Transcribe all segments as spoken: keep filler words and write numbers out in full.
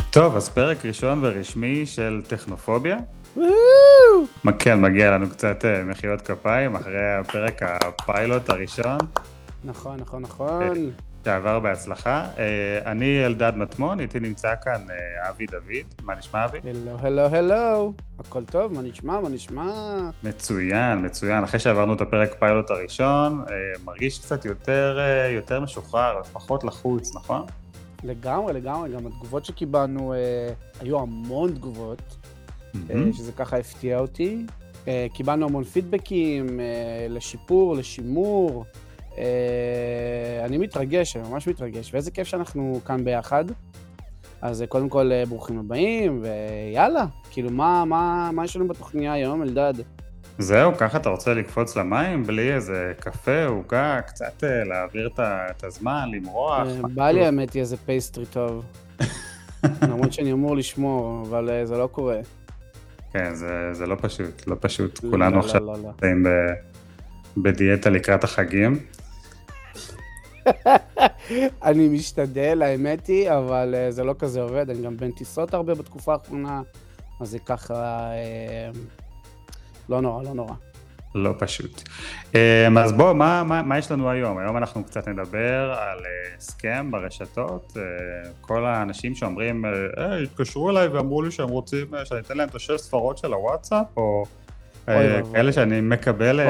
טוב, אז פרק ראשון ורשמי של טכנופוביה. כן, מגיע לנו קצת מחיאות כפיים אחרי הפרק הפיילוט הראשון. נכון, נכון, נכון. שעבר בהצלחה. אני אלדד מטמון, איתי נמצא כאן אבי דוד. מה נשמע, אבי? הלו, הלו, הלו. הכל טוב, מה נשמע, מה נשמע? מצוין, מצוין. אחרי שעברנו את הפרק פיילוט הראשון, מרגיש קצת יותר, יותר משוחרר, פחות לחוץ, נכון? לגמרי, לגמרי. גם התגובות שקיבלנו, אה, היו המון תגובות, Mm-hmm. אה, שזה ככה הפתיע אותי. אה, קיבלנו המון פידבקים אה, לשיפור, לשימור. אה, אני מתרגש, אני ממש מתרגש, ואיזה כיף שאנחנו כאן ביחד. אז קודם כל, ברוכים הבאים, ויאללה, כאילו, מה, מה, מה יש לנו בתוכניה היום, אלדד? זהו, ככה אתה רוצה לקפוץ למים בלי איזה קפה, עוגה, קצת להעביר את הזמן, למרוח. בא לי האמת היא איזה פייסטרי טוב. למרות שאני אמור לשמור, אבל זה לא קורה. כן, זה, זה לא פשוט, לא פשוט. כולנו עכשיו נמצאים בדיאטה לקראת החגים. אני משתדל, האמת היא, אבל זה לא כזה עובד. אני גם בין טיסות הרבה בתקופה האחרונה, אז זה ככה לא נורא, לא נורא. לא פשוט. אז בוא, מה, מה, מה יש לנו היום? היום אנחנו קצת נדבר על סקאם ברשתות. כל האנשים שאומרים, אה, התקשרו אליי ואמרו לי שהם רוצים שאני אתן להם את השש ספרות של הוואטסאפ, או כאלה שאני מקבל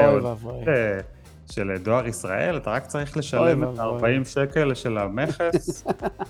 של דואר ישראל, אתה רק צריך לשלם את ארבעים שקל של המכס.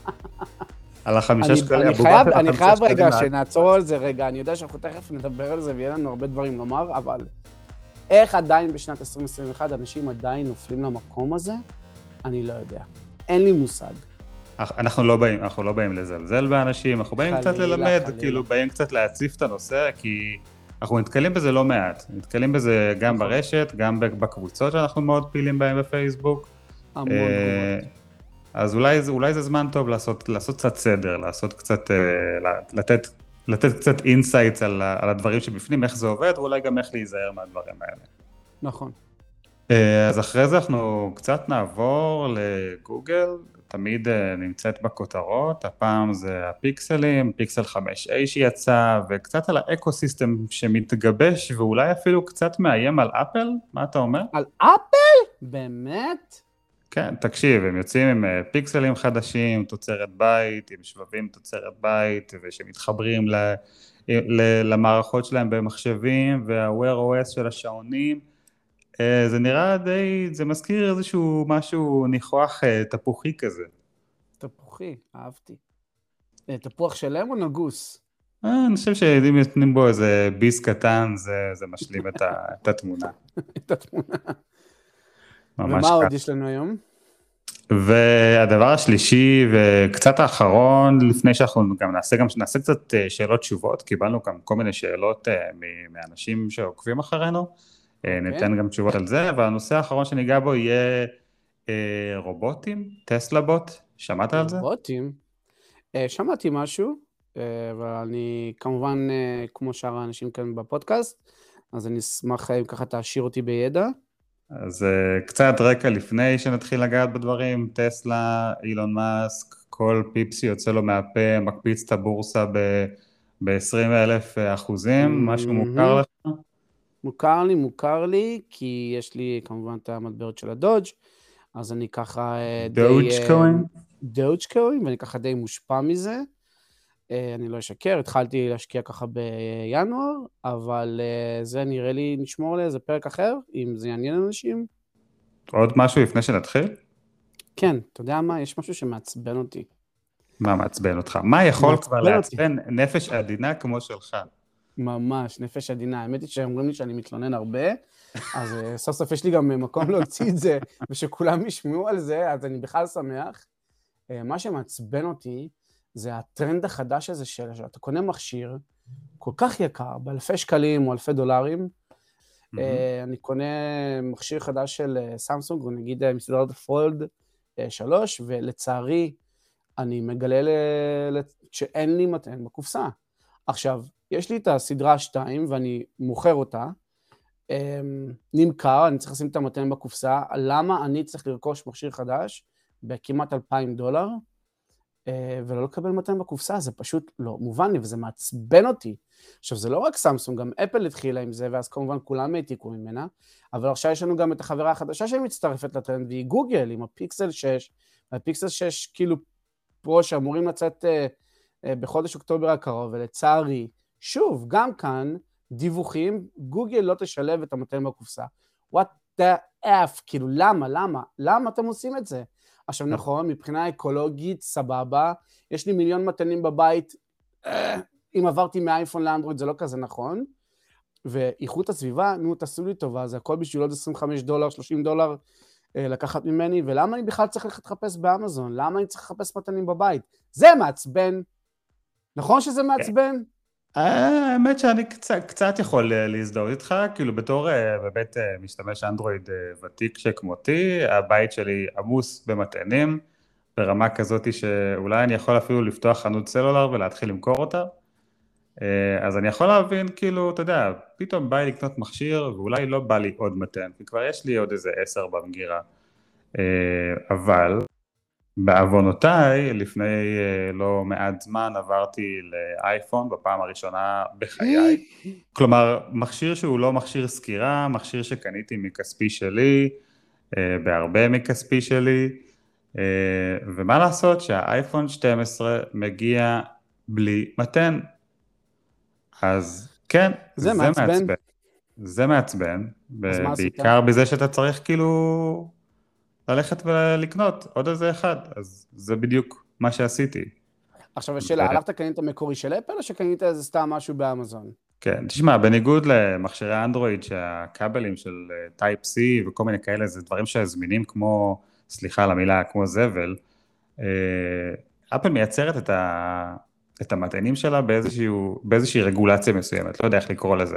על החמישה שקלים. אני חייב רגע שנעצור על זה רגע, אני יודע שאנחנו תכף נדבר על זה ויהיה לנו הרבה דברים לומר, אבל איך עדיין בשנת עשרים עשרים ואחת אנשים עדיין נופלים למקום הזה? אני לא יודע. אין לי מושג. אנחנו לא באים, אנחנו לא באים לזלזל באנשים, אנחנו באים קצת ללמד, כאילו באים קצת להציף את הנושא, כי אנחנו נתקלים בזה לא מעט. נתקלים בזה גם ברשת, גם בקבוצות שאנחנו מאוד פעילים בהם בפייסבוק. המון תגובות. אז אולי, אולי זה זמן טוב לעשות, לעשות קצת סדר, לעשות קצת, לתת, לתת קצת אינסייטס על, על הדברים שבפנים, איך זה עובד, ואולי גם איך להיזהר מהדברים האלה. נכון. אז אחרי זה אנחנו קצת נעבור לגוגל, תמיד נמצאת בכותרות, הפעם זה הפיקסלים, פיקסל חמש איי שיצא, וקצת על האקוסיסטם שמתגבש, ואולי אפילו קצת מאיים על אפל, מה אתה אומר? על אפל? באמת? כן, תקשיב, הם יוצאים עם פיקסלים חדשים, תוצרת בית, עם שבבים תוצרת בית, ושמתחברים ל, ל, למערכות שלהם במחשבים, וה-Wear או אס של השעונים. זה נראה די, זה מזכיר איזשהו משהו ניחוח תפוחי כזה. תפוחי, אהבתי. תפוח שלם או נגוס? אני חושב שאם יתנים בו איזה ביס קטן, זה, זה משלים את, ה, את התמונה. את התמונה. ומה עוד יש לנו היום? והדבר השלישי וקצת האחרון, לפני שאנחנו גם נעשה, גם נעשה קצת שאלות תשובות, קיבלנו גם כל מיני שאלות מאנשים שעוקבים אחרינו, okay. ניתן גם תשובות על זה, והנושא האחרון שניגע בו יהיה רובוטים, טסלה בוט, שמעת על זה? רובוטים? שמעתי משהו, אבל אני כמובן, כמו שאר האנשים כאן בפודקאסט, אז אני אשמח אם ככה תעשיר אותי בידע. אז uh, קצת רקע לפני שנתחיל לגעת בדברים, טסלה, אילון מאסק, כל פיפסי יוצא לו מהפה, מקפיץ את הבורסה ב-עשרים אלף אחוזים, משהו מוכר לך? מוכר לי, מוכר לי, כי יש לי כמובן את המטבעות של הדודג', אז אני ככה דודג'קוין? דודג'קוין, ואני ככה די מושפע מזה. אני לא אשקר, התחלתי להשקיע ככה בינואר, אבל זה נראה לי נשמור לאיזה פרק אחר, אם זה יעניין אנשים. עוד משהו לפני שנתחיל? כן, אתה יודע מה? יש משהו שמעצבן אותי. מה מעצבן אותך? מה יכול כבר לעצבן נפש עדינה כמו שלך? ממש, נפש עדינה. האמת היא שאומרים לי שאני מתלונן הרבה, אז סוף סוף יש לי גם מקום להוציא את זה, ושכולם ישמעו על זה, אז אני בכלל שמח. מה שמעצבן אותי, זה הטרנד החדש הזה של, שאתה קונה מכשיר כל כך יקר, באלפי שקלים או אלפי דולרים, mm-hmm. אני קונה מכשיר חדש של סמסונג, ונגיד מסדרת פולד שלוש, ולצערי אני מגלה ל... שאין לי מתן בקופסה. עכשיו, יש לי את הסדרה שתיים, ואני מוכר אותה, נמכר, אני צריך לשים את המתן בקופסה, למה אני צריך לרכוש מכשיר חדש בכמעט אלפיים דולר, ולא לקבל מתן בקופסה, זה פשוט לא מובן לי, וזה מעצבן אותי. עכשיו, זה לא רק סמסונג, גם אפל התחילה עם זה, ואז כמובן כולם העתיקו ממנה, אבל עכשיו יש לנו גם את החברה החדשה שמצטרפת לטרנד, והיא גוגל, עם הפיקסל שש, והפיקסל שש כאילו פרו שאמורים לצאת אה, אה, בחודש אוקטובר הקרוב, ולצערי, שוב, גם כאן, דיווחים, גוגל לא תשלב את המתן בקופסה. What the F, כאילו, למה, למה? למה אתם עושים את זה? עכשיו נכון, מבחינה אקולוגית, סבבה, יש לי מיליון מתנים בבית, אם עברתי מאייפון לאנדרואיד זה לא כזה נכון, ואיכות הסביבה, נו תעשו לי טובה, זה הכל בשביל עוד עשרים וחמישה דולר, שלושים דולר לקחת ממני, ולמה אני בכלל צריך לחפש באמזון? למה אני צריך לחפש מתנים בבית? זה מעצבן, נכון שזה מעצבן? האמת שאני קצת, קצת יכול להזדהות איתך, כאילו בתור בבית משתמש אנדרואיד ותיק שכמותי, הבית שלי עמוס במתנים, ברמה כזאת שאולי אני יכול אפילו לפתוח חנות סלולר ולהתחיל למכור אותה, אז אני יכול להבין, כאילו, אתה יודע, פתאום בא לי לקנות מכשיר, ואולי לא בא לי עוד מתן, כי כבר יש לי עוד איזה עשר במגירה, אבל בעוונותיי, לפני לא מעט זמן עברתי לאייפון בפעם הראשונה בחיי, כלומר מכשיר שהוא לא מכשיר סקירה, מכשיר שקניתי מכספי שלי, בהרבה מכספי שלי, ומה לעשות שהאייפון שתים עשרה מגיע בלי מתן, אז כן, זה זה מעצבן. מעצבן, זה מעצבן, בעיקר בזה שאתה צריך כאילו ללכת ולקנות עוד איזה אחד, אז זה בדיוק מה שעשיתי. עכשיו השאלה, הלכת קנית המקורי של אפל או שקנית איזה סתם משהו באמזון? כן, תשמע, בניגוד למכשירי אנדרואיד שהכבלים של טייפ C וכל מיני כאלה, זה דברים שזמינים כמו, סליחה על המילה, כמו זבל, אפל מייצרת את, ה, את המתנים שלה באיזשהו, באיזושהי רגולציה מסוימת, לא יודע איך לקרוא לזה.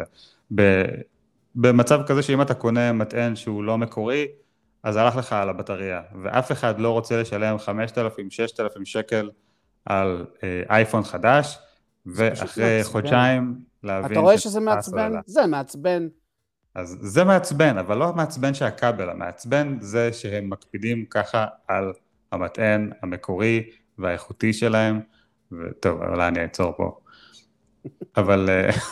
במצב כזה שאם אתה קונה מטען שהוא לא מקורי, אז הלך לך על הבטריה, ואף אחד לא רוצה לשלם חמשת אלפים, ששת אלפים שקל על אייפון חדש, ואחרי חודשיים להבין... אתה רואה שזה מעצבן? זה מעצבן. אז זה מעצבן, אבל לא מעצבן שהכבל, המעצבן זה שהם מקפידים ככה על המטען המקורי והאיכותי שלהם, וטוב, אולי אני אעצור פה. אבל...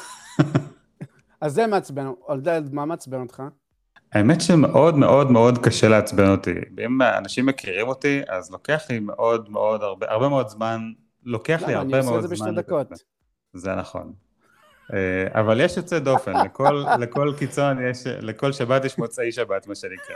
אז זה מעצבן, מה מעצבן אותך? האמת שמאוד מאוד מאוד קשה לעצבן אותי. אם אנשים מכירים אותי, אז לוקח לי מאוד מאוד, הרבה, הרבה מאוד זמן, לוקח לי הרבה מאוד זמן. אני עושה את זה בשתי דקות. זה נכון. אבל יש יוצא דופן, לכל, לכל קיצון יש, לכל שבת יש מוצאי שבת, מה שנקרא.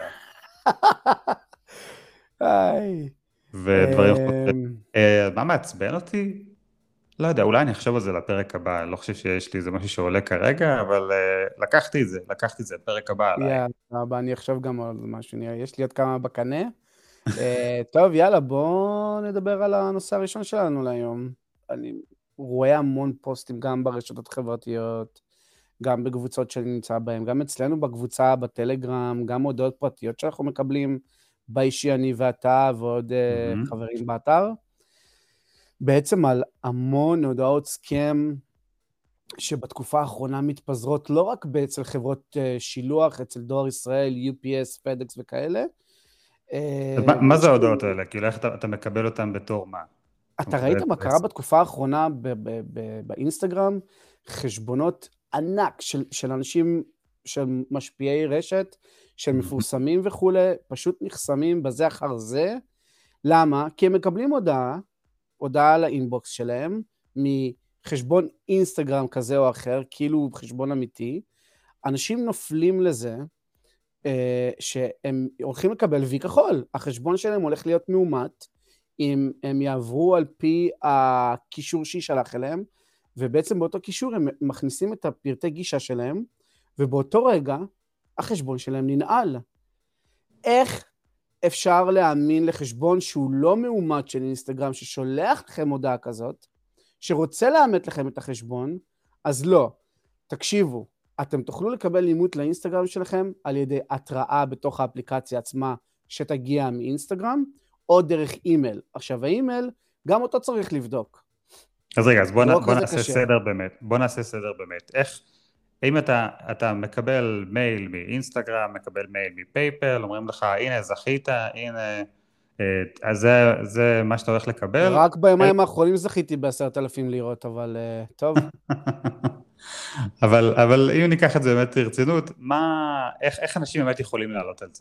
ודברים חושבים. מה מעצבן אותי? לא יודע, אולי אני אחשוב על זה לפרק הבא, אני לא חושב שיש לי איזה משהו שעולה כרגע, אבל uh, לקחתי את זה, לקחתי את זה, פרק הבא עליי. יאללה, אני אחשוב גם על משהו, יש לי עוד כמה בקנה. uh, טוב, יאללה, בואו נדבר על הנושא הראשון שלנו להיום. אני רואה המון פוסטים גם ברשתות החברתיות, גם בקבוצות שאני נמצא בהן, גם אצלנו בקבוצה, בטלגרם, גם הודעות פרטיות שאנחנו מקבלים באישי, אני ואתה ועוד uh, חברים באתר. בעצם על המון הודעות סקאם שבתקופה האחרונה מתפזרות לא רק אצל חברות שילוח, אצל דואר ישראל, יו פי אס, פדקס וכאלה. מה זה ההודעות האלה? כאילו איך אתה מקבל אותם בתור מה? אתה ראית מה קרה בתקופה האחרונה באינסטגרם? חשבונות ענק של אנשים, של משפיעי רשת, של מפורסמים וכו', פשוט נחסמים בזה אחר זה. למה? כי הם מקבלים הודעה, הודעה לאינבוקס שלהם, מחשבון אינסטגרם כזה או אחר, כאילו חשבון אמיתי, אנשים נופלים לזה, שהם הולכים לקבל וי כחול, החשבון שלהם הולך להיות מאומת, אם הם יעברו על פי הקישור שישלח אליהם, ובעצם באותו קישור הם מכניסים את הפרטי גישה שלהם, ובאותו רגע החשבון שלהם ננעל. איך אפשר להאמין לחשבון שהוא לא מאומת של אינסטגרם, ששולח לכם הודעה כזאת, שרוצה לאמת לכם את החשבון? אז לא. תקשיבו, אתם תוכלו לקבל אימות לאינסטגרם שלכם על ידי התראה בתוך האפליקציה עצמה שתגיע מאינסטגרם, או דרך אימייל. עכשיו האימייל, גם אותו צריך לבדוק. אז רגע, אז בוא, בוא נעשה קשה. סדר באמת. בוא נעשה סדר באמת. איך, אם אתה, אתה מקבל מייל מאינסטגרם, מקבל מייל מפייפל, אומרים לך, הנה זכית, הנה אז זה, זה מה שאתה הולך לקבל. רק ביומיים האחרונים זכיתי בעשרת אלפים לירות, אבל טוב. אבל, אבל אם ניקח את זה באמת ברצינות, מה, איך, איך אנשים באמת יכולים לעלות על זה?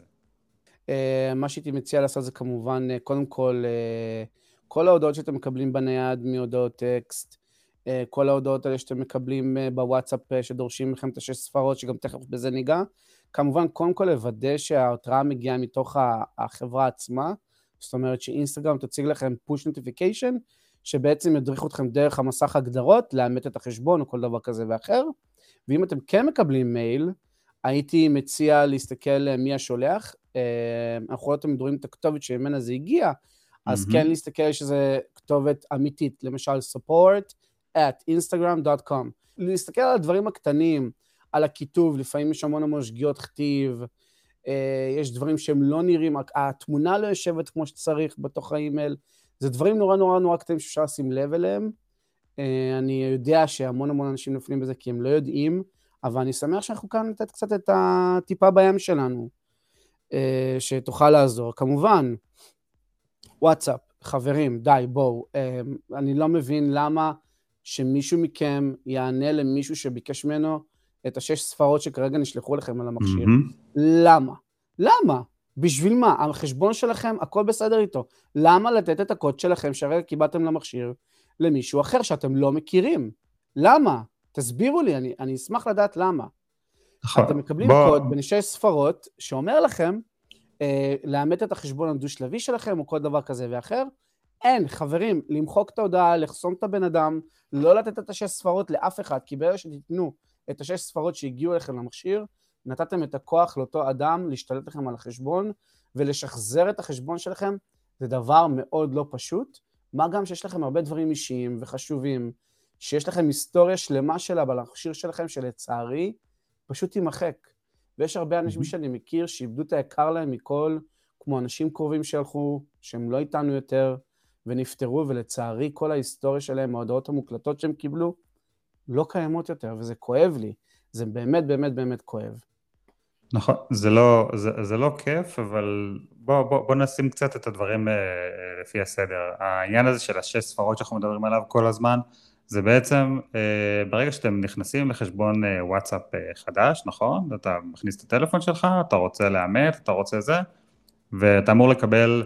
מה שהייתי מציע לעשות זה כמובן, קודם כל, כל ההודעות שאתם מקבלים בנייד מהודעות טקסט, כל ההודעות האלה שאתם מקבלים בוואטסאפ שדורשים לכם את השש ספרות, שגם תכף בזה ניגע, כמובן, קודם כל לוודא שההתראה מגיעה מתוך החברה עצמה, זאת אומרת שאינסטגרם תציג לכם push notification, שבעצם ידריך אתכם דרך המסך הגדרות, לאמת את החשבון או כל דבר כזה ואחר, ואם אתם כן מקבלים מייל, הייתי מציע להסתכל מי השולח, אנחנו לא תמיד רואים את הכתובת שממנה זה הגיע, אז כן להסתכל שזה כתובת אמיתית, למשל support at instagram dot com, להסתכל על הדברים הקטנים, על הכיתוב, לפעמים יש המון המון שגיאות כתיב, יש דברים שהם לא נראים, התמונה לא יושבת כמו שצריך בתוך האימייל, זה דברים נורא נורא נורא קטנים שאפשר לשים לב אליהם, אני יודע שהמון המון אנשים נופלים בזה כי הם לא יודעים, אבל אני שמח שאנחנו כאן לתת קצת את הטיפה בים שלנו, שתוכל לעזור. כמובן, וואטסאפ, חברים, די, בואו, אני לא מבין למה שמישהו מכם יענה למישהו שביקש ממנו את השש ספרות שכרגע נשלחו לכם על המכשיר. Mm-hmm. למה? למה? בשביל מה? החשבון שלכם, הכל בסדר איתו. למה לתת את הקוד שלכם שהרגע קיבלתם למכשיר למישהו אחר שאתם לא מכירים? למה? תסבירו לי, אני, אני אשמח לדעת למה. נכון. אתם מקבלים בוא... קוד בין שש ספרות שאומר לכם אה, לאמת את החשבון הדו-שלבי שלכם או כל דבר כזה ואחר. אין, חברים, למחוק את ההודעה, לחסום את הבן אדם, לא לתת את השש ספרות לאף אחד, כי ברגע שתיתנו את השש ספרות שהגיעו אליכם למכשיר, נתתם את הכוח לאותו אדם להשתלט לכם על החשבון, ולשחזר את החשבון שלכם, זה דבר מאוד לא פשוט, מה גם שיש לכם הרבה דברים אישיים וחשובים, שיש לכם היסטוריה שלמה שלה במכשיר שלכם, שלצערי פשוט תימחק. ויש הרבה אנשים שאני מכיר שאיבדו את היקר להם מכל, כמו אנשים קרובים שהלכו, שהם לא איתנו יותר, ונפטרו, ולצערי כל ההיסטוריה שלהם, ההודעות המוקלטות שהם קיבלו, לא קיימות יותר, וזה כואב לי. זה באמת, באמת, באמת כואב. נכון, זה לא, זה, זה לא כיף, אבל בוא, בוא, בוא נשים קצת את הדברים לפי הסדר. העניין הזה של השש ספרות שאנחנו מדברים עליו כל הזמן, זה בעצם, ברגע שאתם נכנסים לחשבון וואטסאפ חדש, נכון? אתה מכניס את הטלפון שלך, אתה רוצה לאמת, אתה רוצה זה, ואתה אמור לקבל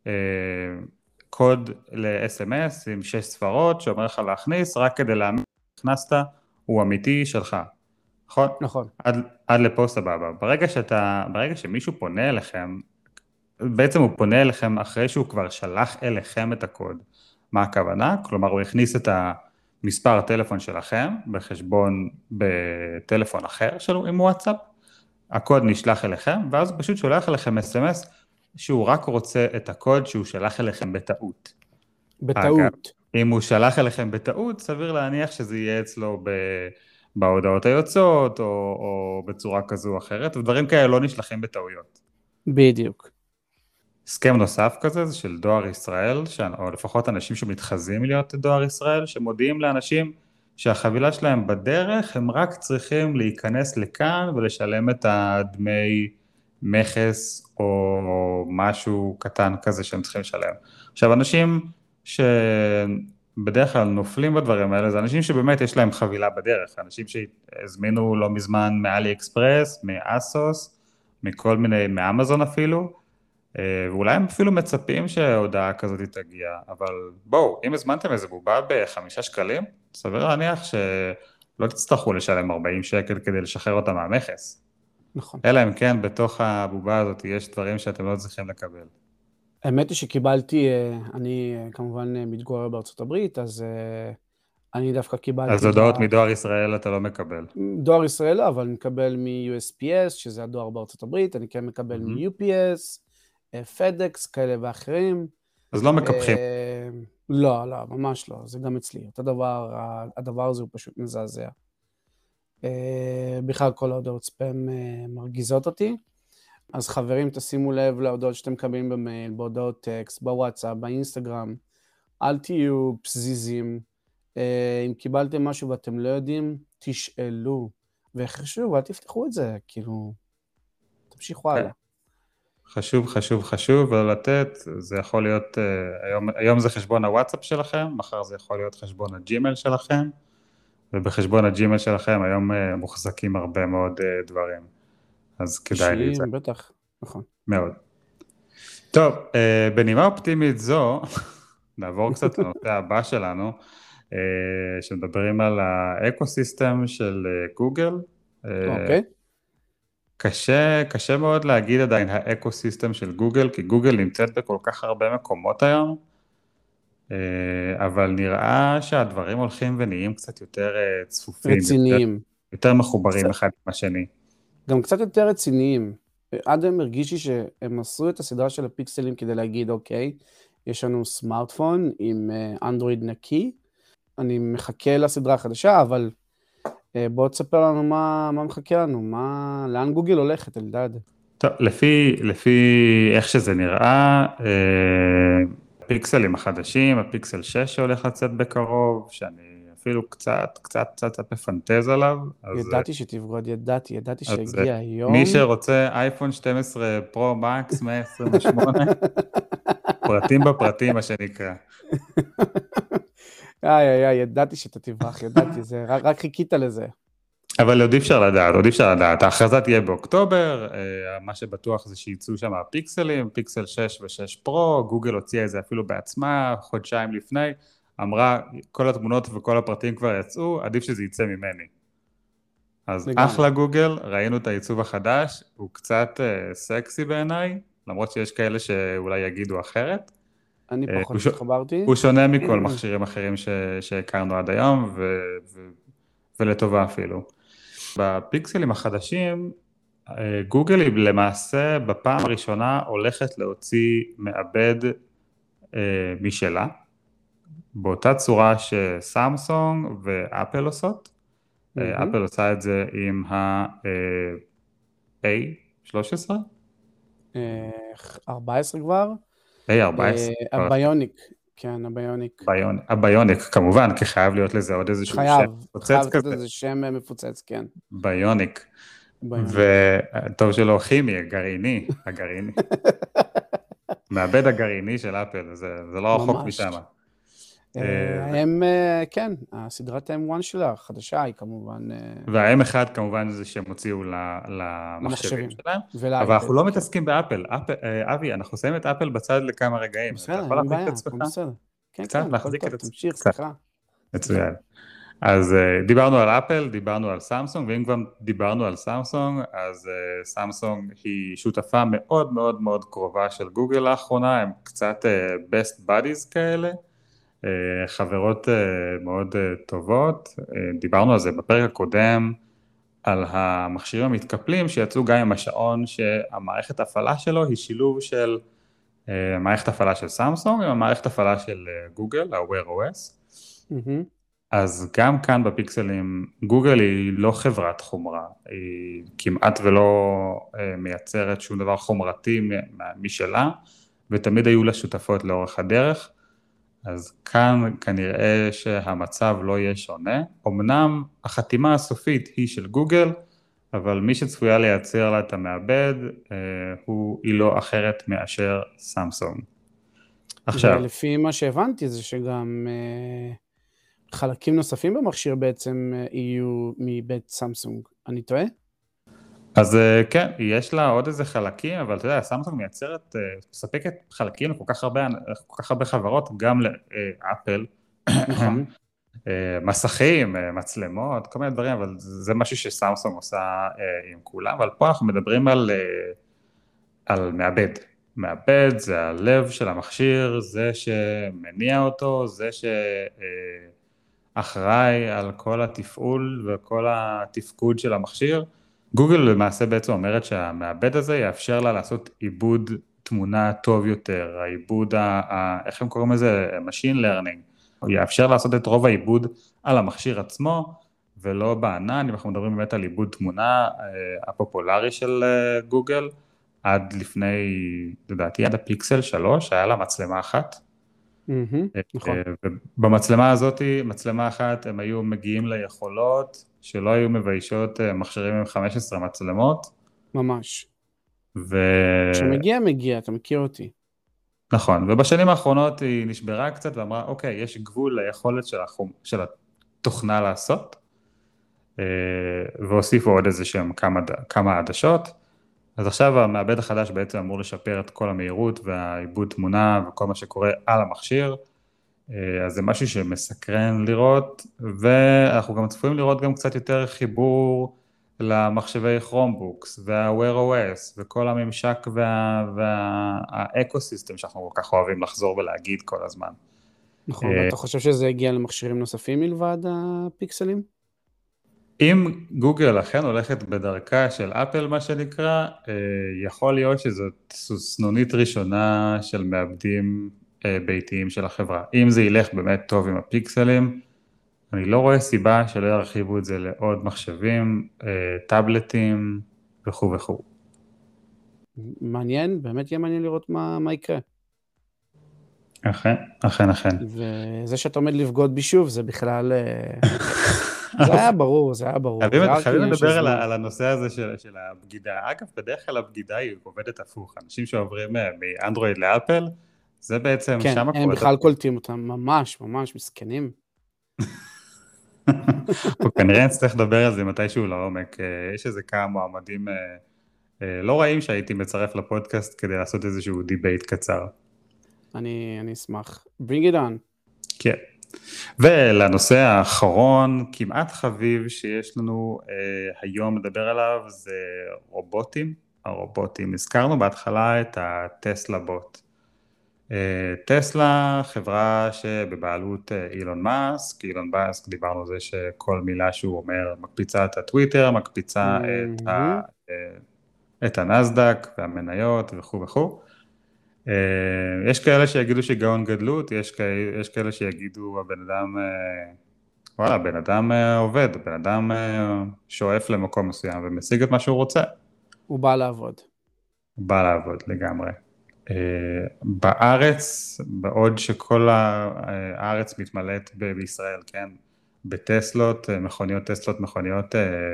קוד ל-אס אם אס עם שש ספרות שאומר לך להכניס, רק כדי לאמת, הכנסת, הוא אמיתי שלך. נכון? נכון. עד, עד לפה סבבה. ברגע שאתה, ברגע שמישהו פונה אליכם, בעצם הוא פונה אליכם אחרי שהוא כבר שלח אליכם את הקוד. מה הכוונה? כלומר, הוא הכניס את המספר הטלפון שלכם בחשבון בטלפון אחר שלו עם וואטסאפ, הקוד נשלח אליכם, ואז הוא פשוט שולח אליכם אס אם אס שהוא רק רוצה את הקוד שהוא שלח אליכם בטעות. בטעות. אגב, אם הוא שלח אליכם בטעות, סביר להניח שזה יהיה אצלו ב... בהודעות היוצאות, או, או בצורה כזו או אחרת, ודברים כאלה לא נשלחים בטעויות. בדיוק. הסכם נוסף כזה, זה של דואר ישראל, או לפחות אנשים שמתחזים להיות דואר ישראל, שמודיעים לאנשים שהחבילה שלהם בדרך, הם רק צריכים להיכנס לכאן, ולשלם את הדמי מכס, או משהו קטן כזה שהם צריכים לשלם. עכשיו, אנשים ש... בדרך כלל נופלים בדברים האלה, זה אנשים שבאמת יש להם חבילה בדרך, אנשים שהזמינו לא מזמן מאלי אקספרס, מאסוס, מכל מיני, מאמזון אפילו, ואולי הם אפילו מצפים שההודעה כזאת תגיע, אבל בואו, אם הזמנתם איזה בובה בחמישה שקלים, סביר להניח שלא תצטרכו לשלם ארבעים שקל כדי לשחרר אותה מהמכס. נכון. אלא אם כן, בתוך הבובה הזאת יש דברים שאתם לא צריכים לקבל. האמת היא שקיבלתי, אני כמובן מתגורר בארצות הברית, אז אני דווקא קיבלתי... אז הודעות מדואר ישראל אתה לא מקבל. דואר ישראל לא, אבל אני מקבל מ-יו אס פי אס, שזה הדואר בארצות הברית, אני כן מקבל מ-יו פי אס, פדקס, כאלה ואחרים. אז לא מקפחים. לא, לא, ממש לא, זה גם אצלי. אותו דבר, הדבר הזה הוא פשוט מזעזע. בכלל כל ההודעות ספאם מרגיזות אותי. אז חברים, תשימו לב להודעות שאתם מקבלים במייל, בהודעות טקסט, בוואטסאפ, באינסטגרם. אל תהיו פזיזים. אם קיבלתם משהו ואתם לא יודעים, תשאלו. וחשוב, אל תפתחו את זה, כאילו, תמשיכו הלאה. חשוב, חשוב, חשוב, ולתת, זה יכול להיות, היום, היום זה חשבון הוואטסאפ שלכם, מחר זה יכול להיות חשבון הג'ימייל שלכם, ובחשבון הג'ימייל שלכם היום מוחזקים הרבה מאוד דברים, אז כדאי לי את זה. אישיים, בטח, נכון. מאוד. טוב, בנימה אופטימית זו, נעבור קצת לנושא הבא שלנו, שמדברים על האקוסיסטם של גוגל. אוקיי. קשה, קשה מאוד להגיד עדיין האקוסיסטם של גוגל, כי גוגל נמצאת בכל כך הרבה מקומות היום, אבל נראה שהדברים הולכים ונהיים קצת יותר צפופים. רציניים. יותר, יותר מחוברים קצת, אחד עם השני. גם קצת יותר רציניים. עד הם הרגישי שהם עשו את הסדרה של הפיקסלים כדי להגיד, אוקיי, יש לנו סמארטפון עם אנדרואיד נקי, אני מחכה לסדרה החדשה, אבל בוא תספר לנו מה, מה מחכה לנו, מה, לאן גוגל הולכת, אלדד. טוב, לפי, לפי איך שזה נראה, הפיקסלים החדשים, הפיקסל שש שהולך לצאת בקרוב, שאני אפילו קצת, קצת, קצת, קצת מפנטז עליו. ידעתי שתבגוד, ידעתי, ידעתי שהגיע היום. מי שרוצה אייפון שתים עשרה פרו מקס מאה עשרים ושמונה, פרטים בפרטים, מה שנקרא. איי, איי, איי, ידעתי שאתה תברח, ידעתי, זה, רק, רק חיכית לזה. אבל עוד אי אפשר לדעת, עוד אי אפשר לדעת. ההכרזה תהיה באוקטובר, מה שבטוח זה שיצאו שם הפיקסלים, פיקסל שש ו-שש פרו, גוגל הוציאה את זה אפילו בעצמה, חודשיים לפני, אמרה, כל התמונות וכל הפרטים כבר יצאו, עדיף שזה יצא ממני. אז לגמרי. אחלה גוגל, ראינו את העיצוב החדש, הוא קצת uh, סקסי בעיניי, למרות שיש כאלה שאולי יגידו אחרת. אני פחות uh, התחברתי. הוא שונה מכל מכשירים אחרים ש- שהכרנו עד היום, ו- ו- ולטובה אפילו. בפיקסלים החדשים, גוגל היא למעשה בפעם הראשונה הולכת להוציא מעבד אה, משלה, באותה צורה שסמסונג ואפל עושות. Mm-hmm. אפל עושה את זה עם ה-A שלוש עשרה? ארבע עשרה כבר? A ארבע עשרה. הביוניק. כן, הביוניק. ביוניק, הביוניק, כמובן, כי חייב להיות לזה עוד איזשהו חייב, שם מפוצץ חייב כזה. חייב איזה שם מפוצץ, כן. ביוניק. וטוב שלא כימי, הגרעיני, הגרעיני. מעבד הגרעיני של אפל, זה, זה לא רחוק משם. הם, כן, הסדרת ה-אם וואן שלה, החדשה היא כמובן... וה-אם וואן כמובן זה שהם הוציאו למחשבים שלהם, אבל אנחנו לא מתעסקים באפל. אבי, אנחנו שמים את אפל בצד לכמה רגעים. בסדר, אין בעיה, הכל בסדר. קצת להחזיק את עצמך. תמשיך, סליחה. מצוין. אז דיברנו על אפל, דיברנו על סמסונג, ואם כבר דיברנו על סמסונג, אז סמסונג היא שותפה מאוד מאוד מאוד קרובה של גוגל לאחרונה, הם קצת best buddies כאלה, חברות מאוד טובות, דיברנו על זה בפרק הקודם, על המכשירים המתקפלים שיצאו גם עם השעון שהמערכת הפעלה שלו היא שילוב של מערכת הפעלה של סמסונג עם המערכת הפעלה של גוגל, ה-Wear או אס. אז גם כאן בפיקסלים, גוגל היא לא חברת חומרה, היא כמעט ולא מייצרת שום דבר חומרתי משלה, ותמיד היו לה שותפות לאורך הדרך, אז כאן כנראה שהמצב לא יהיה שונה, אמנם החתימה הסופית היא של גוגל, אבל מי שצפויה לייצר לה את המעבד, הוא, היא לא אחרת מאשר סמסונג. עכשיו. ולפי מה שהבנתי זה שגם חלקים נוספים במכשיר בעצם יהיו מבית סמסונג, אני טועה? אז כן, יש לה עוד איזה חלקים, אבל אתה יודע, סמסונג מייצרת, מספקת חלקים לכל כך הרבה, כל כך הרבה חברות, גם לאפל, נכון. מסכים, מצלמות, כל מיני דברים, אבל זה משהו שסמסונג עושה עם כולם, אבל פה אנחנו מדברים על, על מעבד. מעבד זה הלב של המכשיר, זה שמניע אותו, זה שאחראי על כל התפעול וכל התפקוד של המכשיר. גוגל למעשה בעצם אומרת שהמעבד הזה יאפשר לה לעשות עיבוד תמונה טוב יותר, העיבוד, ה- איך הם קוראים לזה? Machine Learning. הוא יאפשר לעשות את רוב העיבוד על המכשיר עצמו, ולא בענן, אם אנחנו מדברים באמת על עיבוד תמונה הפופולרי של גוגל, עד לפני, לדעתי, עד הפיקסל שלוש, היה לה מצלמה אחת. נכון. ובמצלמה הזאת, מצלמה אחת, הם היו מגיעים ליכולות, שלא היו מביישות מכשירים עם חמש עשרה מצלמות. ממש. ו... כשמגיע, מגיע, אתה מכיר אותי. נכון, ובשנים האחרונות היא נשברה קצת ואמרה, אוקיי, יש גבול ליכולת של, החום, של התוכנה לעשות, והוסיפו עוד איזה שהם כמה, כמה עדשות, אז עכשיו המעבד החדש בעצם אמור לשפר את כל המהירות והעיבוד תמונה וכל מה שקורה על המכשיר, אז זה משהו שמסקרן לראות, ואנחנו גם צפויים לראות גם קצת יותר חיבור למחשבי כרומבוקס וה-Wear או אס וכל הממשק וה... והאקוסיסטם שאנחנו כל כך אוהבים לחזור ולהגיד כל הזמן. נכון, ואתה חושב שזה הגיע למכשירים נוספים מלבד הפיקסלים? אם גוגל אכן הולכת בדרכה של אפל מה שנקרא, יכול להיות שזאת סנונית ראשונה של מעבדים ביתיים של החברה. אם זה ילך באמת טוב עם הפיקסלים, אני לא רואה סיבה שלא ירחיבו את זה לעוד מחשבים, טאבלטים וכו' וכו'. מעניין, באמת יהיה מעניין לראות מה, מה יקרה. אכן, אכן, אכן. וזה שאתה עומד לבגוד בי שוב, זה בכלל... זה היה ברור, זה היה ברור. חייבים לדבר על הנושא הזה של הבגידה. אגב, בדרך כלל הבגידה היא עובדת הפוך. אנשים שעוברים מאנדרואיד לאפל, זה בעצם כן, שם... כן, הם בכלל קולטים אותם, ממש, ממש מסכנים. כנראה נצטרך לדבר על זה מתישהו לעומק. יש איזה כמה מועמדים לא רעים שהייתי מצרף לפודקאסט כדי לעשות איזשהו דיבייט קצר. אני אשמח. Bring it on. כן. ולנושא האחרון, כמעט חביב שיש לנו אה, היום לדבר עליו, זה רובוטים. הרובוטים, הזכרנו בהתחלה את הטסלה בוט. אה, טסלה, חברה שבבעלות אה, אילון מאסק, אילון מאסק, דיברנו על זה שכל מילה שהוא אומר מקפיצה את הטוויטר, מקפיצה mm-hmm. את, ה, אה, את הנסדק והמניות וכו' וכו'. יש כאלה שיגידו שגאון גדלות, יש כאלה, יש כאלה שיגידו הבן אדם, וואלה, הבן אדם עובד, הבן אדם שואף למקום מסוים ומשיג את מה שהוא רוצה. הוא בא לעבוד. הוא בא לעבוד לגמרי. בארץ, בעוד שכל הארץ מתמלאת בישראל, כן, בטסלות, מכוניות טסלות, מכוניות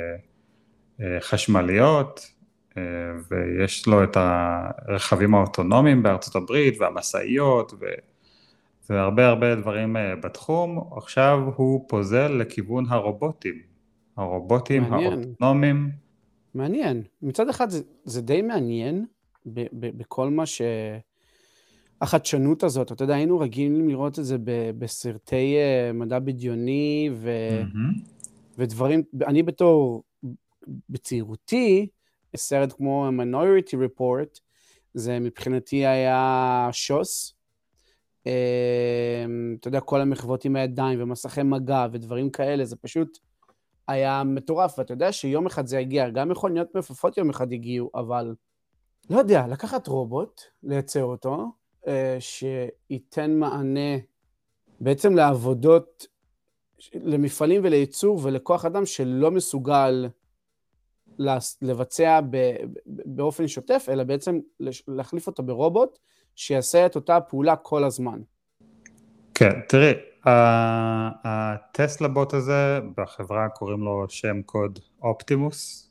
חשמליות, ויש לו את הרכבים האוטונומיים בארצות הברית, והמסעיות, ו... והרבה הרבה דברים בתחום. עכשיו הוא פוזל לכיוון הרובוטים, הרובוטים מעניין. האוטונומיים. מעניין. מצד אחד זה, זה די מעניין, ב- ב- בכל מה ש... החדשנות הזאת, אתה יודע, היינו רגילים לראות את זה ב- בסרטי מדע בדיוני, ו... mm-hmm. ודברים, אני בתור, בצעירותי, סרט כמו Minority Report, זה מבחינתי היה שוס, אתה יודע, כל המחוות עם הידיים ומסכי מגע ודברים כאלה, זה פשוט היה מטורף, ואתה יודע שיום אחד זה הגיע, גם מכוניות מפופות יום אחד הגיעו, אבל לא יודע, לקחת רובוט, לייצר אותו, שייתן מענה בעצם לעבודות, למפעלים ולייצור ולכוח אדם שלא מסוגל לבצע באופן שוטף, אלא בעצם להחליף אותו ברובוט, שיעשה את אותה פעולה כל הזמן. כן, תראי, הטסלה בוט הזה, בחברה קוראים לו שם קוד אופטימוס,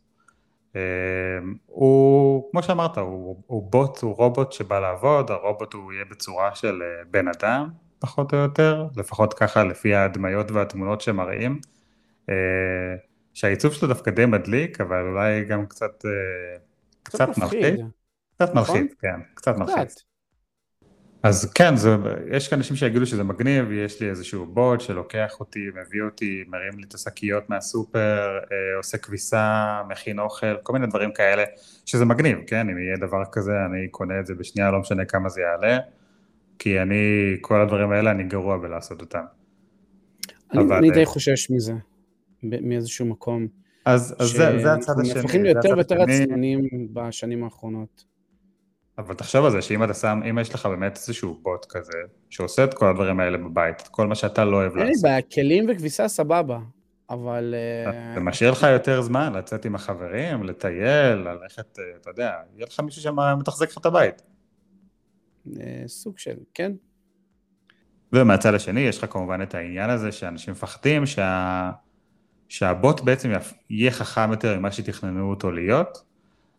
הוא, כמו שאמרת, הוא, הוא בוט, הוא רובוט שבא לעבוד, הרובוט הוא יהיה בצורה של בן אדם, פחות או יותר, לפחות ככה לפי ההדמיות והתמונות שמראים, שהעיצוב שלו דווקא די מדליק, אבל אולי גם קצת, קצת מלחיץ. קצת מלחיץ, כן, קצת מלחיץ. אז כן, זה, יש אנשים שיגידו שזה מגניב, יש לי איזשהו בוט שלוקח אותי, מביא אותי, מרים לי את השקיות מהסופר, עושה כביסה, מכין אוכל, כל מיני דברים כאלה, שזה מגניב, כן? אם יהיה דבר כזה, אני קונה את זה בשנייה, לא משנה כמה זה יעלה, כי אני, כל הדברים האלה, אני גרוע בלעשות אותם. אני, אבל... אני די חושש מזה. מאיזשהו מקום. אז, אז זה, זה הצד השני. מפחים יותר ויותר עצמנים בשנים האחרונות. אבל תחשוב על זה, שאם אתה שם, אם יש לך באמת איזשהו בוט כזה, שעושה את כל הדברים האלה בבית, את כל מה שאתה לא אוהב לעשות. אין לי, בכלים וכביסה סבבה, אבל... זה משאיר לך יותר זמן לצאת עם החברים, לטייל, ללכת, אתה יודע, יהיה לך מישהו שמתחזק לך את הבית. סוג של, כן. ומהצד השני, יש לך כמובן את העניין הזה, שאנשים מפחדים שה... שהבוט בעצם יהיה חכם יותר ממה שתכננו אותו להיות,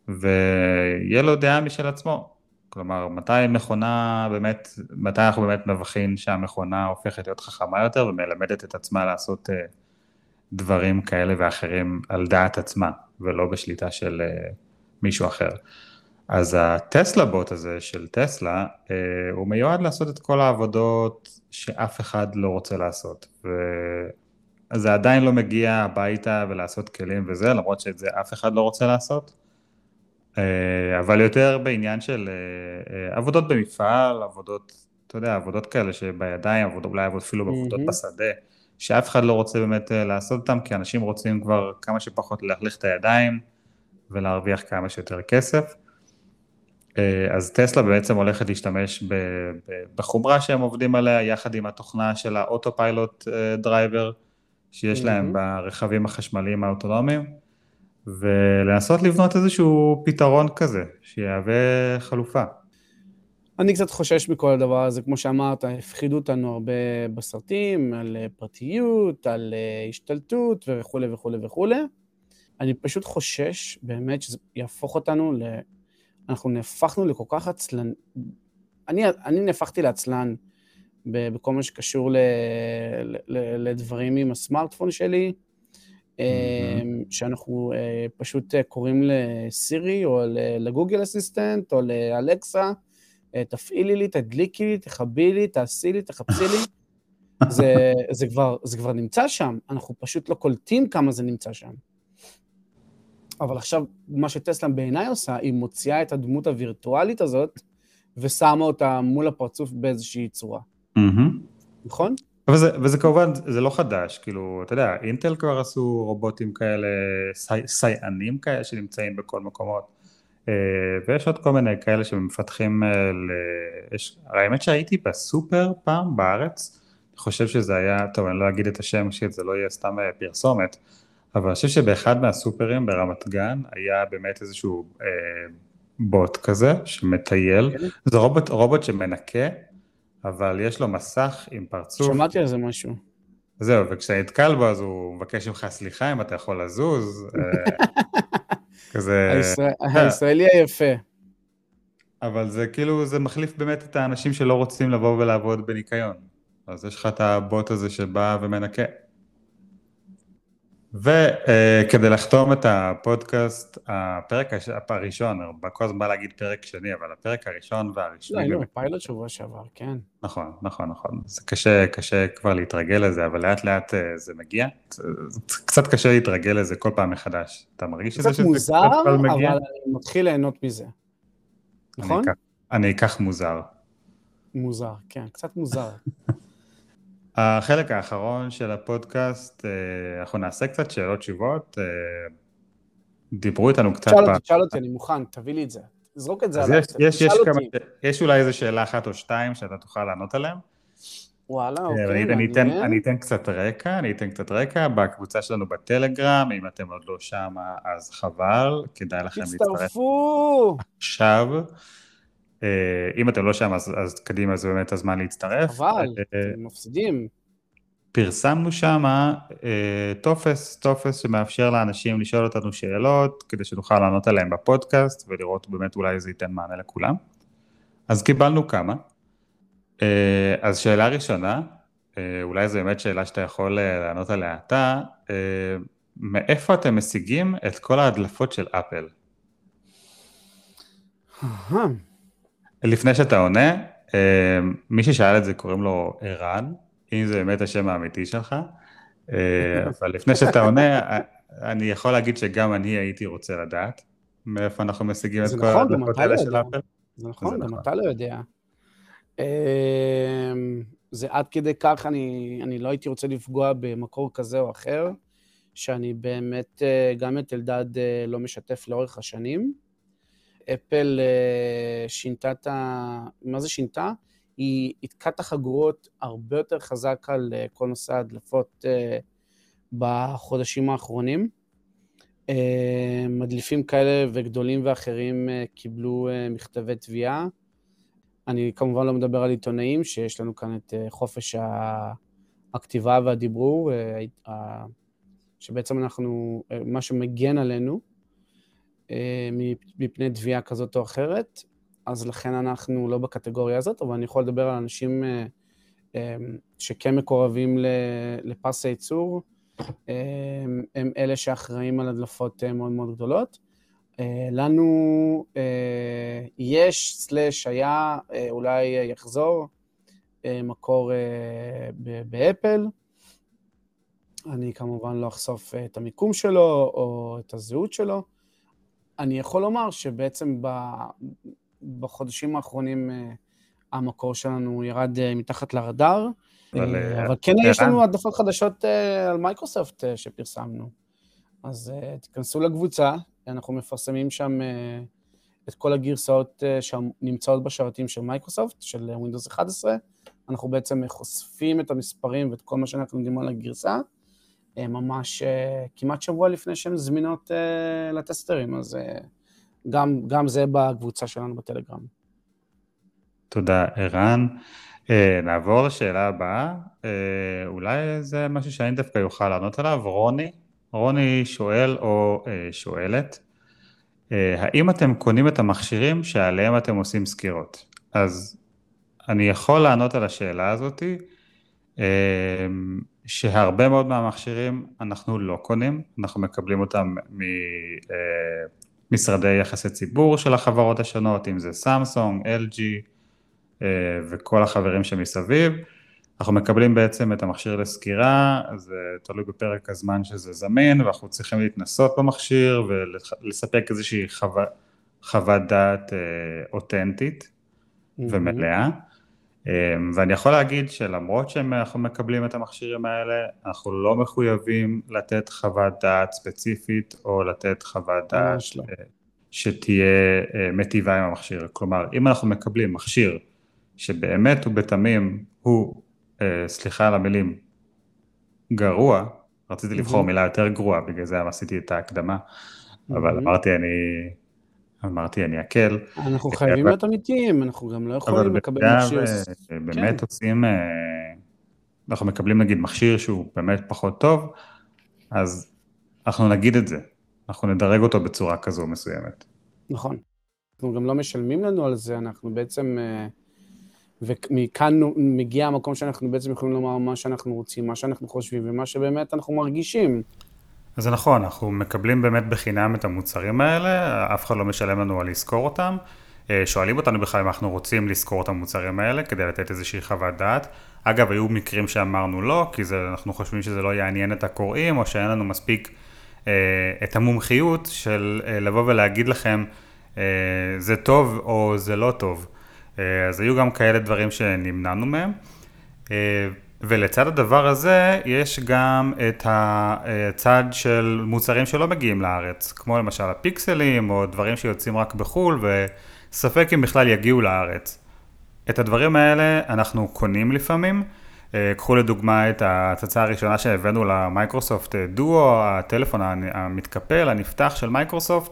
ויהיה לו דעה משל עצמו. כלומר, מתי מכונה באמת, מתי אנחנו באמת מבחין שהמכונה הופכת להיות חכמה יותר ומלמדת את עצמה לעשות דברים כאלה ואחרים על דעת עצמה, ולא בשליטה של מישהו אחר. אז הטסלה בוט הזה של טסלה, הוא מיועד לעשות את כל העבודות שאף אחד לא רוצה לעשות, וזה עדיין לא מגיע הביתה ולעשות כלים וזה, למרות שאת זה אף אחד לא רוצה לעשות, אבל יותר בעניין של עבודות במפעל, עבודות, אתה יודע, עבודות כאלה שבידיים, עבודות, אולי עבודות אפילו עבודות בשדה, שאף אחד לא רוצה באמת לעשות אותם, כי אנשים רוצים כבר כמה שפחות להחליך את הידיים, ולהרוויח כמה שיותר כסף. אז טסלה בעצם הולכת להשתמש בחומרה שהם עובדים עליה, יחד עם התוכנה של האוטופיילוט דרייבר, שיש להם ברכבים החשמליים האוטונומיים, ולנסות לבנות איזשהו פתרון כזה, שיהווה חלופה. אני קצת חושש מכל הדבר הזה, כמו שאמרת, הפחידו אותנו הרבה בסרטים, על פרטיות, על השתלטות וכו' וכו' וכו'. אני פשוט חושש באמת שזה יהפוך אותנו, ל... אנחנו נהפכנו לכל כך עצלן, אני, אני נהפכתי לעצלן בכל מה שקשור ל... ל... לדברים עם הסמארטפון שלי, שאנחנו פשוט קוראים לסירי או לגוגל אסיסטנט או לאלקסה, תפעילי לי, תדליקי לי, תחבי לי, תעשי לי, תחפשי לי. זה, זה כבר, זה כבר נמצא שם, אנחנו פשוט לא קולטים כמה זה נמצא שם. אבל עכשיו, מה שטסלה בעיניי עושה, היא מוציאה את הדמות הווירטואלית הזאת, ושמה אותה מול הפרצוף באיזושהי צורה. נכון? וזה, וזה כמובן, זה לא חדש, כאילו, אתה יודע, אינטל כבר עשו רובוטים כאלה, סי, סייענים כאלה שנמצאים בכל מקומות, ויש עוד כל מיני כאלה שמפתחים, יש, האמת שהייתי בסופר פעם בארץ, אני חושב שזה היה, טוב, אני לא אגיד את השם, שזה לא יהיה סתם פרסומת, אבל אני חושב שבאחד מהסופרים ברמת גן, היה באמת איזשהו אה, בוט כזה, שמטייל, זה רובוט, רובוט שמנקה, אבל יש לו מסך עם פרצוף. שמעתי על זה משהו. זהו, וכשנתקל בו, אז הוא מבקש ממך סליחה, אם אתה יכול לזוז, כזה... הישראלי היפה. אבל זה כאילו, זה מחליף באמת את האנשים שלא רוצים לבוא ולעבוד בניקיון. אז יש לך את הבוט הזה שבא ומנקה. וכדי לחתום את הפודקאסט, הפרק הראשון, כל הזמן בא להגיד פרק שני, אבל הפרק הראשון והרשמי... לא, לא, פיילוט שבוע שעבר, כן. נכון, נכון, נכון. זה קשה, קשה כבר להתרגל לזה, אבל לאט לאט זה מגיע. קצת קשה להתרגל לזה כל פעם מחדש. אתה מרגיש שזה קצת מוזר, אבל אני מתחיל ליהנות מזה. נכון? אני אקח מוזר. מוזר, כן, קצת מוזר. החלק האחרון של הפודקאסט, אנחנו נעשה קצת שאלות תשובות, דיברו איתנו קצת... תשאל אותי, תשאל אותי, אני מוכן, תביא לי את זה. תזרוק את זה עליי, תשאל אותי. יש אולי איזה שאלה אחת או שתיים שאתה תוכל לענות עליהן. וואלה, אוקיי, מעניין. אני אתן קצת רקע, אני אתן קצת רקע, בקבוצה שלנו בטלגרם, אם אתם עוד לא שם, אז חבל, כדאי לכם להצטרף. תצטרפו! עכשיו, אם אתם לא שם, אז קדימה, זה באמת הזמן להצטרף. אבל, אתם מפסידים. פרסמנו שם טופס, טופס שמאפשר לאנשים לשאול אותנו שאלות, כדי שנוכל לענות עליהם בפודקאסט, ולראות באמת אולי זה ייתן מענה לכולם. אז קיבלנו כמה. אז שאלה ראשונה, אולי זו באמת שאלה שאתה יכול לענות עליה אתה, מאיפה אתם משיגים את כל ההדלפות של אפל? לפני שאתה עונה, מי ששאל את זה קוראים לו ערן, אם זה באמת השם האמיתי שלך, אבל לפני שאתה עונה, אני יכול להגיד שגם אני הייתי רוצה לדעת, מאיפה אנחנו משיגים את כל ההדלפות האלה של אפל. זה נכון, גם אתה לא יודע. זה עד כדי כך, אני, אני לא הייתי רוצה לפגוע במקור כזה או אחר, שאני באמת, גם את אלדד לא משתף לאורך השנים. אפל שינתה את ה... מה זה שינתה? היא התקעה את החגורות הרבה יותר חזק על כל נושא ההדלפות בחודשים האחרונים. מדליפים כאלה וגדולים ואחרים קיבלו מכתבי תביעה. אני כמובן לא מדבר על עיתונאים, שיש לנו כאן את חופש הכתיבה והדיברור, שבעצם אנחנו, מה שמגן עלינו, מפני תביעה כזאת או אחרת, אז לכן אנחנו לא בקטגוריה הזאת, אבל אני יכול לדבר על אנשים שכן מקורבים לפס הייצור, הם אלה שאחראים על הדלפות מאוד מאוד גדולות. לנו יש, סלש היה, אולי יחזור, מקור באפל. אני כמובן לא אחשוף את המיקום שלו או את הזהות שלו. אני יכול לומר שבעצם בחודשים האחרונים המקור שלנו ירד מתחת לרדאר, אבל, אבל כן יש לנו העדפות חדשות על מייקרוסופט שפרסמנו. אז תיכנסו לקבוצה, אנחנו מפרסמים שם את כל הגרסאות שנמצאות בשרתים של מייקרוסופט, של ווינדוס אחת עשרה. אנחנו בעצם חושפים את המספרים ואת כל מה שאנחנו יודעים על הגרסה, ממש כמעט שבוע לפני שהן זמינות לטסטרים, אז גם, גם זה בקבוצה שלנו בטלגרם. תודה, ערן. נעבור לשאלה הבאה, אולי זה משהו שאני דווקא יוכל לענות עליו, רוני. רוני שואל או שואלת, האם אתם קונים את המכשירים שעליהם אתם עושים סקירות? אז אני יכול לענות על השאלה הזאת, שהרבה מאוד מהמכשירים אנחנו לא קונים, אנחנו מקבלים אותם ממשרדי יחסי ציבור של החברות השונות, אם זה סמסונג, אל ג'י וכל החברים שמסביב, אנחנו מקבלים בעצם את המכשיר לסקירה, זה תלוי בפרק הזמן שזה זמין, ואנחנו צריכים להתנסות במכשיר ולספק איזושהי חווה, חוות דעת אותנטית ומלאה. ואני יכול להגיד שלמרות שאנחנו מקבלים את המכשירים האלה, אנחנו לא מחויבים לתת חוות דעת ספציפית, או לתת חוות דעת שתהיה מטיבה עם המכשיר. כלומר, אם אנחנו מקבלים מכשיר שבאמת הוא בתמים, הוא, סליחה על המילים, גרוע, רציתי לבחור מילה יותר גרועה, בגלל זה עשיתי את ההקדמה, אבל אמרתי אני... אמרתי, אני אקל. אנחנו חייבים להיות אמיתיים, אנחנו גם לא יכולים לקבל מכשיר. אבל באמת עושים, אנחנו מקבלים נגיד מכשיר שהוא באמת פחות טוב, אז אנחנו נגיד את זה, אנחנו נדרג אותו בצורה כזו מסוימת. נכון. אנחנו גם לא משלמים לנו על זה, אנחנו בעצם, ומכאן מגיע המקום שאנחנו בעצם יכולים לומר מה שאנחנו רוצים, מה שאנחנו חושבים, ומה שבאמת אנחנו מרגישים. אז זה נכון, אנחנו מקבלים באמת בחינם את המוצרים האלה, אף אחד לא משלם לנו על לזכור אותם, שואלים אותנו בכלל אם אנחנו רוצים לזכור את המוצרים האלה, כדי לתת איזושהי חוות דעת. אגב, היו מקרים שאמרנו לא, כי זה, אנחנו חושבים שזה לא יעניין את הקוראים, או שאין לנו מספיק אה, את המומחיות של אה, לבוא ולהגיד לכם, אה, זה טוב או זה לא טוב. אה, אז היו גם כאלה דברים שנמנענו מהם. אה, ולצד הדבר הזה, יש גם את הצד של מוצרים שלא מגיעים לארץ, כמו למשל הפיקסלים, או דברים שיוצאים רק בחול, וספק אם בכלל יגיעו לארץ. את הדברים האלה אנחנו קונים לפעמים. קחו לדוגמה את ההצצה הראשונה שהבאנו למייקרוסופט דואו, הטלפון המתקפל, הנפתח של מייקרוסופט.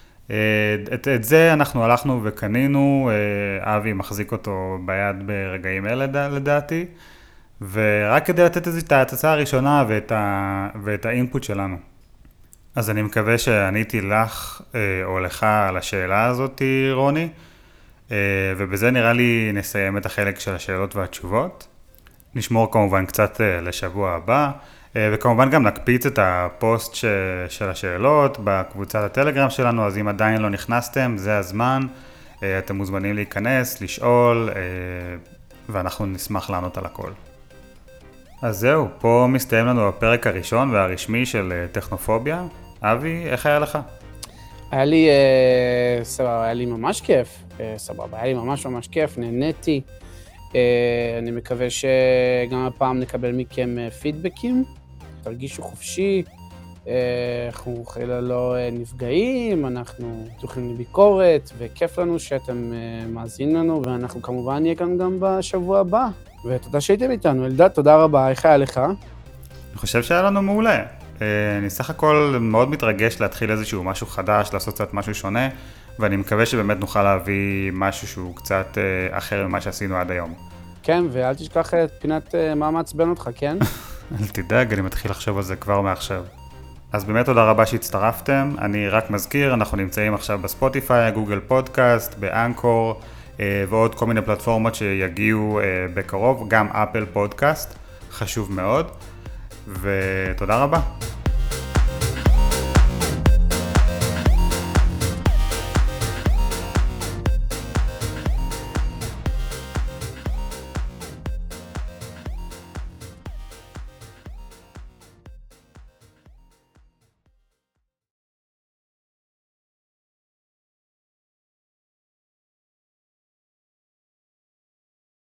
את, את זה אנחנו הלכנו וקנינו, אבי מחזיק אותו ביד ברגעים אלה לדעתי. ורק כדי לתת את ההצצה הראשונה ואת, ה... ואת האינפוט שלנו. אז אני מקווה שעניתי לך או לך על השאלה הזאת, רוני, ובזה נראה לי נסיים את החלק של השאלות והתשובות. נשמור כמובן קצת לשבוע הבא, וכמובן גם נקפיץ את הפוסט ש... של השאלות בקבוצת הטלגרם שלנו, אז אם עדיין לא נכנסתם, זה הזמן, אתם מוזמנים להיכנס, לשאול, ואנחנו נשמח לענות על הכל. אז זהו, פה מסתיים לנו הפרק הראשון והרשמי של טכנופוביה. אבי, איך היה לך? היה לי, אה, סבבה, היה לי ממש כיף, אה, סבבה, היה לי ממש ממש כיף, נהניתי. אה, אני מקווה שגם הפעם נקבל מכם פידבקים, תרגישו חופשי, אה, אנחנו חלילה לא נפגעים, אנחנו פתוחים לביקורת, וכיף לנו שאתם אה, מאזינים לנו, ואנחנו כמובן נהיה כאן גם בשבוע הבא. ותודה שהייתם איתנו, אלדד, תודה רבה, איך היה לך? אני חושב שהיה לנו מעולה. אני סך הכל מאוד מתרגש להתחיל איזשהו משהו חדש, לעשות קצת משהו שונה, ואני מקווה שבאמת נוכל להביא משהו שהוא קצת אחר ממה שעשינו עד היום. כן, ואל תשכח את פינת מה מעצבן אותך, כן? אל תדאג, אני מתחיל לחשוב על זה כבר מעכשיו. אז באמת תודה רבה שהצטרפתם. אני רק מזכיר, אנחנו נמצאים עכשיו בספוטיפיי, גוגל פודקאסט, באנקור, ועוד כל מיני פלטפורמות שיגיעו בקרוב, גם אפל פודקאסט, חשוב מאוד, ותודה רבה.